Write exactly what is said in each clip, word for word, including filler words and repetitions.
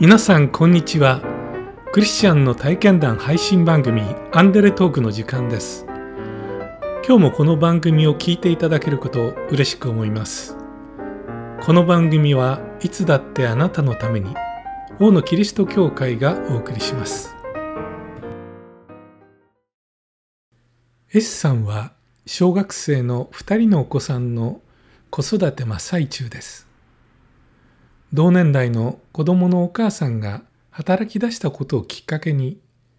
皆さんこんにちは。クリスチャンの体験談配信番組アンデレトークの時間です。今日もこの番組を聞いていただけることを嬉しく思います。この番組はいつだってあなたのために王のキリスト教会がお送りします。 S さんは小学生のふたりのお子さんの子育て真っ最中です。同年代の子供のお母さんが働き出したことをきっかけに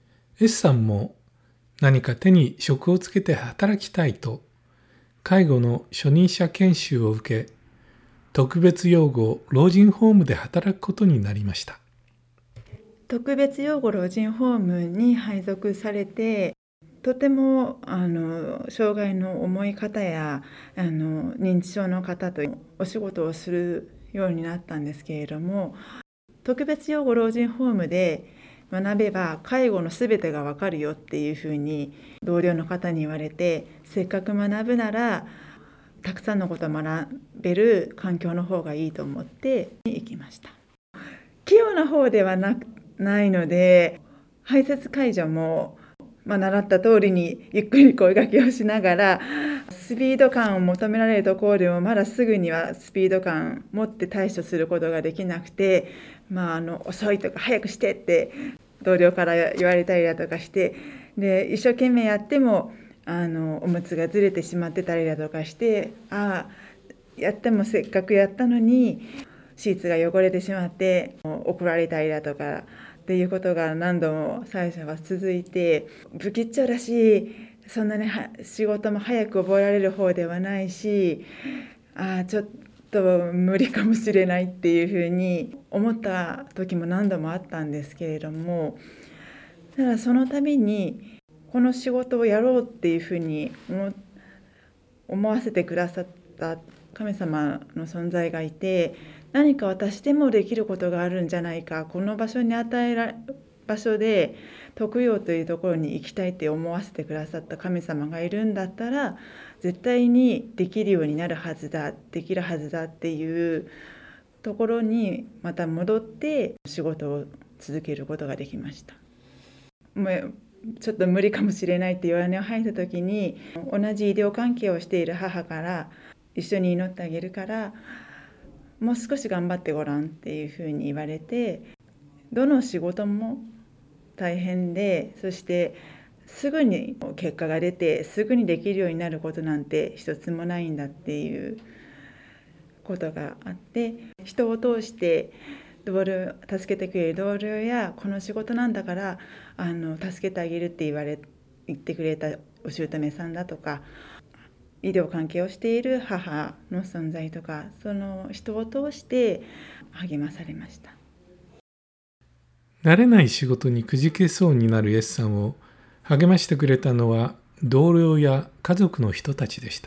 S さんも何か手に職をつけて働きたいと介護の初任者研修を受け、特別養護老人ホームで働くことになりました。 特別養護老人ホームに配属されて、とてもあの障害の重い方やあの認知症の方とお仕事をするようになったんですけれども、特別養護老人ホームで学べば介護のすべてがわかるよっていうふうに同僚の方に言われて、せっかく学ぶならたくさんのことを学べる環境の方がいいと思って行きました。器用な方ではなないので、排泄介助もまあ、習った通りにゆっくり声掛けをしながら、スピード感を求められるところでもまだすぐにはスピード感を持って対処することができなくて、まあ、あの遅いとか早くしてって同僚から言われたりだとかして、で一生懸命やってもあのおむつがずれてしまってたりだとかして、ああやってもせっかくやったのにシーツが汚れてしまって怒られたりだとかっていうことが何度も最初は続いて、不吉祥だし、そんなに仕事も早く覚えられる方ではないし、ああちょっと無理かもしれないっていうふうに思った時も何度もあったんですけれども、ただその度にこの仕事をやろうっていうふうに思思わせてくださった神様の存在がいて、何か私でもできることがあるんじゃないか、この場所に与えられ場所で特養というところに行きたいって思わせてくださった神様がいるんだったら、絶対にできるようになるはずだ、できるはずだっていうところにまた戻って仕事を続けることができました。もうちょっと無理かもしれないって弱音を吐いた時に、同じ医療関係をしている母から一緒に祈ってあげるからもう少し頑張ってごらんっていうふうに言われて、どの仕事も大変で、そしてすぐに結果が出てすぐにできるようになることなんて一つもないんだっていうことがあって、人を通して同僚助けてくれる同僚や、この仕事なんだからあの助けてあげるって言われ言ってくれたお姑さんだとか、医療関係をしている母の存在とか、その人を通して励まされました。 慣れない仕事にくじけそうになる S さんを励ましてくれたのは同僚や家族の人たちでした。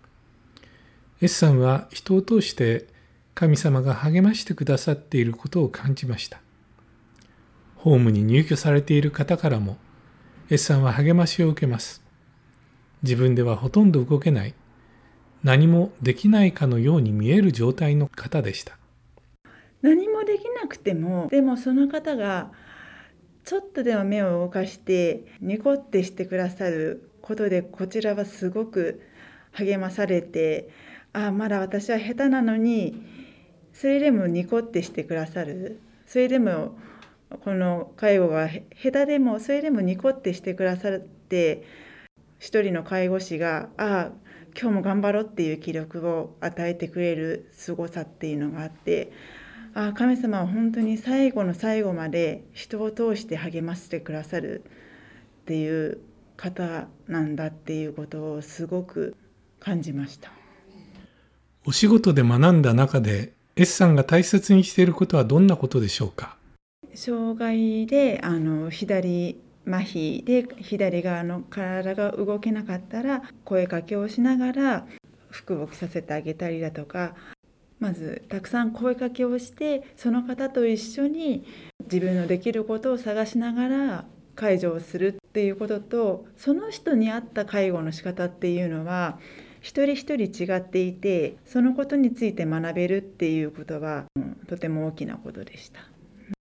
S さんは人を通して神様が励ましてくださっていることを感じました。ホームに入居されている方からも S さんは励ましを受けます。自分ではほとんど動けない、何もできないかのように見える状態の方でした。 何もできなくても、でもその方がちょっとでも目を動かしてニコってしてくださることで、こちらはすごく励まされて、ああまだ私は下手なのにそれでもニコってしてくださる、それでもこの介護が下手でもそれでもニコってしてくださって、一人の介護士がああ今日も頑張ろうっていう気力を与えてくれるすごさっていうのがあって、ああ神様は本当に最後の最後まで人を通して励ましてくださるっていう方なんだっていうことをすごく感じました。 お仕事で学んだ中で S さんが大切にしていることはどんなことでしょうか。 障害であの左麻痺で左側の体が動けなかったら声かけをしながら服を着させてあげたりだとか、まずたくさん声かけをしてその方と一緒に自分のできることを探しながら介助をするっていうことと、その人に合った介護の仕方っていうのは一人一人違っていて、そのことについて学べるっていうことはとても大きなことでした。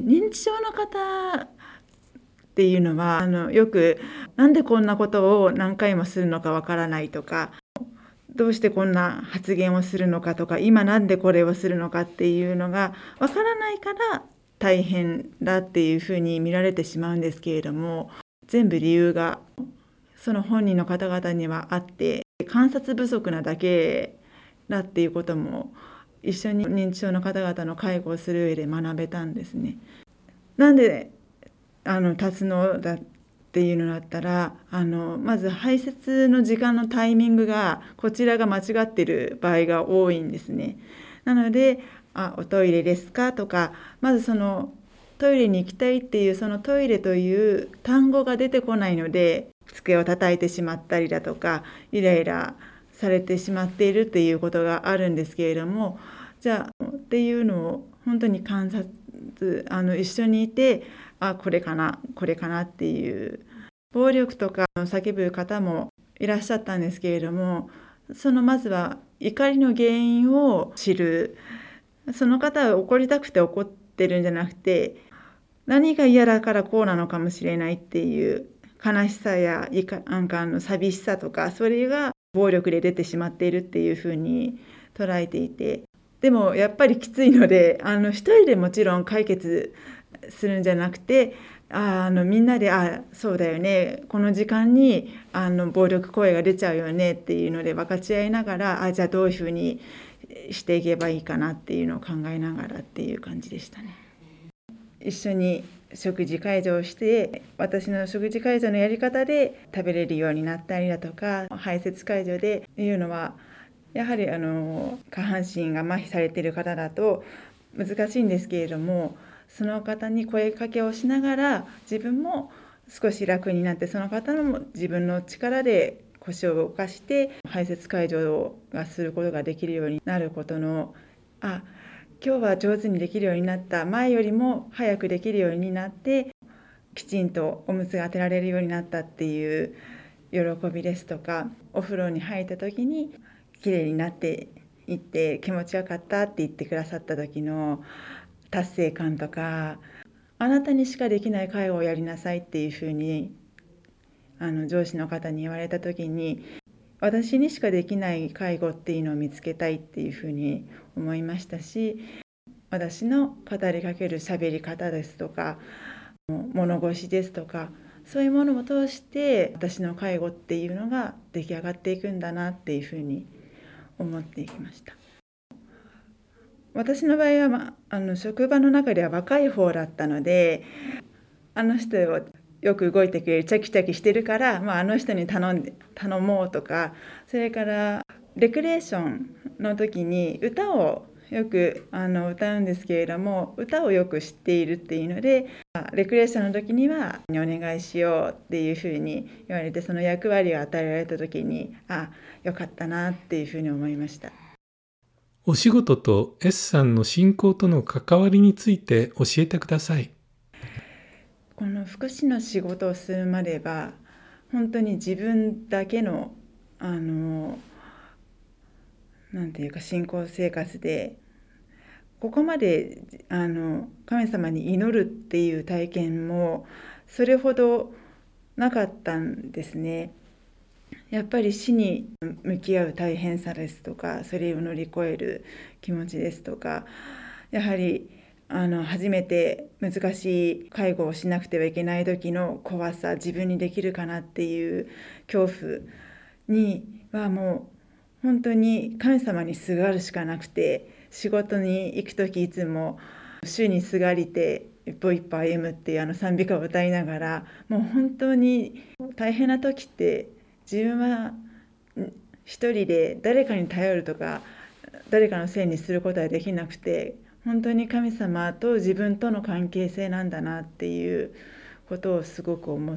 認知症の方っていうのはあのよくなんでこんなことを何回もするのかわからないとか、どうしてこんな発言をするのかとか、今なんでこれをするのかっていうのがわからないから大変だっていうふうに見られてしまうんですけれども、全部理由がその本人の方々にはあって、観察不足なだけだっていうことも一緒に認知症の方々の介護をする上で学べたんですね。なんであの立つのだっていうのだったら、あのまず排泄の時間のタイミングがこちらが間違っている場合が多いんですね。なので「あ、おトイレですか?」とか、まずそのトイレに行きたいっていうそのトイレという単語が出てこないので、机を叩いてしまったりだとかイライラされてしまっているっていうことがあるんですけれども、じゃあっていうのを本当に観察あの一緒にいて、あ、これかなこれかなっていう、暴力とか叫ぶ方もいらっしゃったんですけれども、そのまずは怒りの原因を知る。その方は怒りたくて怒ってるんじゃなくて、何が嫌だからこうなのかもしれないっていう悲しさやなんかの寂しさとか、それが暴力で出てしまっているっていうふうに捉えていて、でもやっぱりきついので、あの一人でもちろん解決するんじゃなくて、ああのみんなで「あそうだよね、この時間にあの暴力行為が出ちゃうよね」っていうので分かち合いながら、あじゃあどういうふうにしていけばいいかなっていうのを考えながらっていう感じでしたね。一緒に食事介助をして、私の食事介助のやり方で食べれるようになったりだとか、排泄介助でいうのはやはりあの下半身が麻痺されている方だと難しいんですけれども、その方に声かけをしながら自分も少し楽になって、その方も自分の力で腰を動かして排泄介助をすることができるようになることの、あ今日は上手にできるようになった、前よりも早くできるようになってきちんとおむつが当てられるようになったっていう喜びですとか、お風呂に入った時にきれいになっていって気持ちよかったって言ってくださった時の達成感とか、あなたにしかできない介護をやりなさいっていうふうにあの上司の方に言われた時に、私にしかできない介護っていうのを見つけたいっていうふうに思いましたし、私の語りかける喋り方ですとか物腰ですとか、そういうものを通して私の介護っていうのが出来上がっていくんだなっていうふうに思っていきました。私の場合は、ま、あの職場の中では若い方だったので、あの人をよく動いてくれるチャキチャキしてるから、まあ、あの人に頼んで頼もうとか、それからレクレーションの時に歌をよくあの歌うんですけれども、歌をよく知っているっていうので、レクレーションの時にはお願いしようっていうふうに言われて、その役割を与えられた時に、あよかったなっていうふうに思いました。 お仕事と S さんの信仰との関わりについて教えてください。 この福祉の仕事をするまでは本当に自分だけのあのなんていうか信仰生活で、ここまであの神様に祈るっていう体験もそれほどなかったんですね。やっぱり死に向き合う大変さですとか、それを乗り越える気持ちですとか、やはりあの初めて難しい介護をしなくてはいけない時の怖さ、自分にできるかなっていう恐怖にはもう本当に神様にすがるしかなくて、仕事に行く時いつも主にすがりて一歩一歩歩むっていうあの賛美歌を歌いながら、もう本当に大変な時って自分は一人で誰かに頼るとか誰かのせいにすることはできなくて、本当に神様と自分との関係性なんだなっていうことをすごく思って、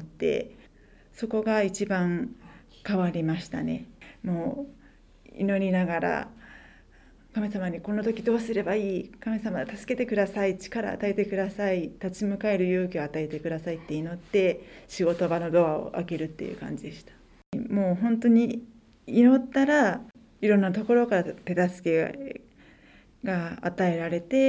そこが一番変わりましたね。もう祈りながら神様にこの時どうすればいい、神様助けてください、力与えてください、立ち向かえる勇気を与えてくださいって祈って仕事場のドアを開けるっていう感じでした。もう本当に祈ったらいろんなところから手助けが与えられて、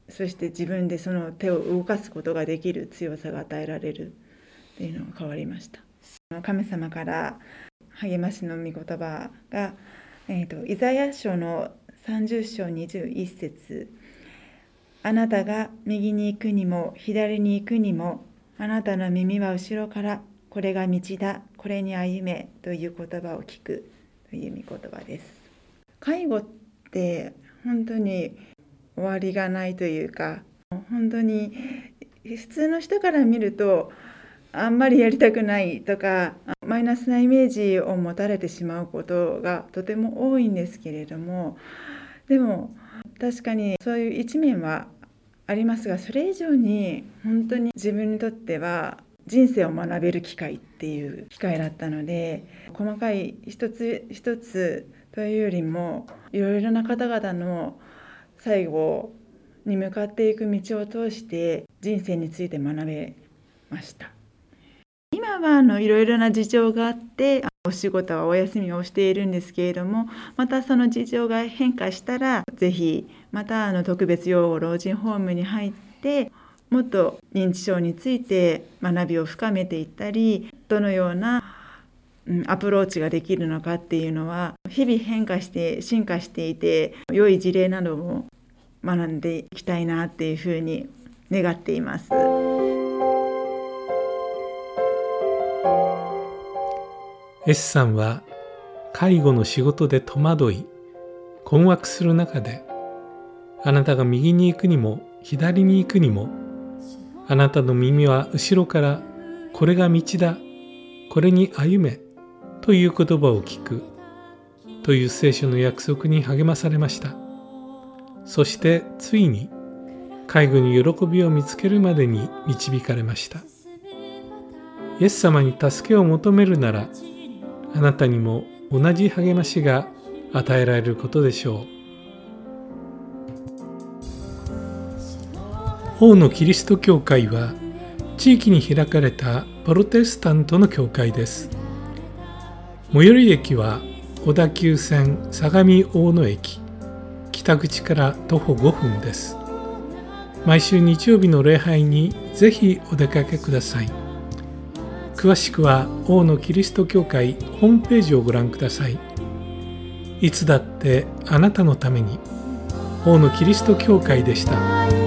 そして自分でその手を動かすことができる強さが与えられるっていうのが変わりました。神様から励ましの御言葉が、えーと、イザヤ書のさんじゅっ章にじゅういち節、あなたが右に行くにも左に行くにも、あなたの耳は後ろから、これが道だ、これに歩めという言葉を聞くという御言葉です。介護って本当に終わりがないというか、本当に普通の人から見るとあんまりやりたくないとか、マイナスなイメージを持たれてしまうことがとても多いんですけれども、でも確かにそういう一面はありますが、それ以上に本当に自分にとっては人生を学べる機会っていう機会だったので、細かい一つ一つというよりも、いろいろな方々の最後に向かっていく道を通して人生について学べました。今はあのいろいろな事情があってお仕事はお休みをしているんですけれども、またその事情が変化したら、ぜひまたあの特別養護老人ホームに入ってもっと認知症について学びを深めていったり、どのようなアプローチができるのかっていうのは日々変化して進化していて、良い事例なども学んでいきたいなっていうふうに願っています。 S さんは介護の仕事で戸惑い困惑する中で、あなたが右に行くにも左に行くにも、あなたの耳は後ろからこれが道だ、これに歩めという言葉を聞くという聖書の約束に励まされました。そしてついに介護に喜びを見つけるまでに導かれました。イエス様に助けを求めるなら、あなたにも同じ励ましが与えられることでしょう。王のキリスト教会は地域に開かれたプロテスタントの教会です。最寄り駅は小田急線相模大野駅、北口から徒歩ごふんです。毎週日曜日の礼拝にぜひお出かけください。詳しくは王のキリスト教会ホームページをご覧ください。いつだってあなたのために、王のキリスト教会でした。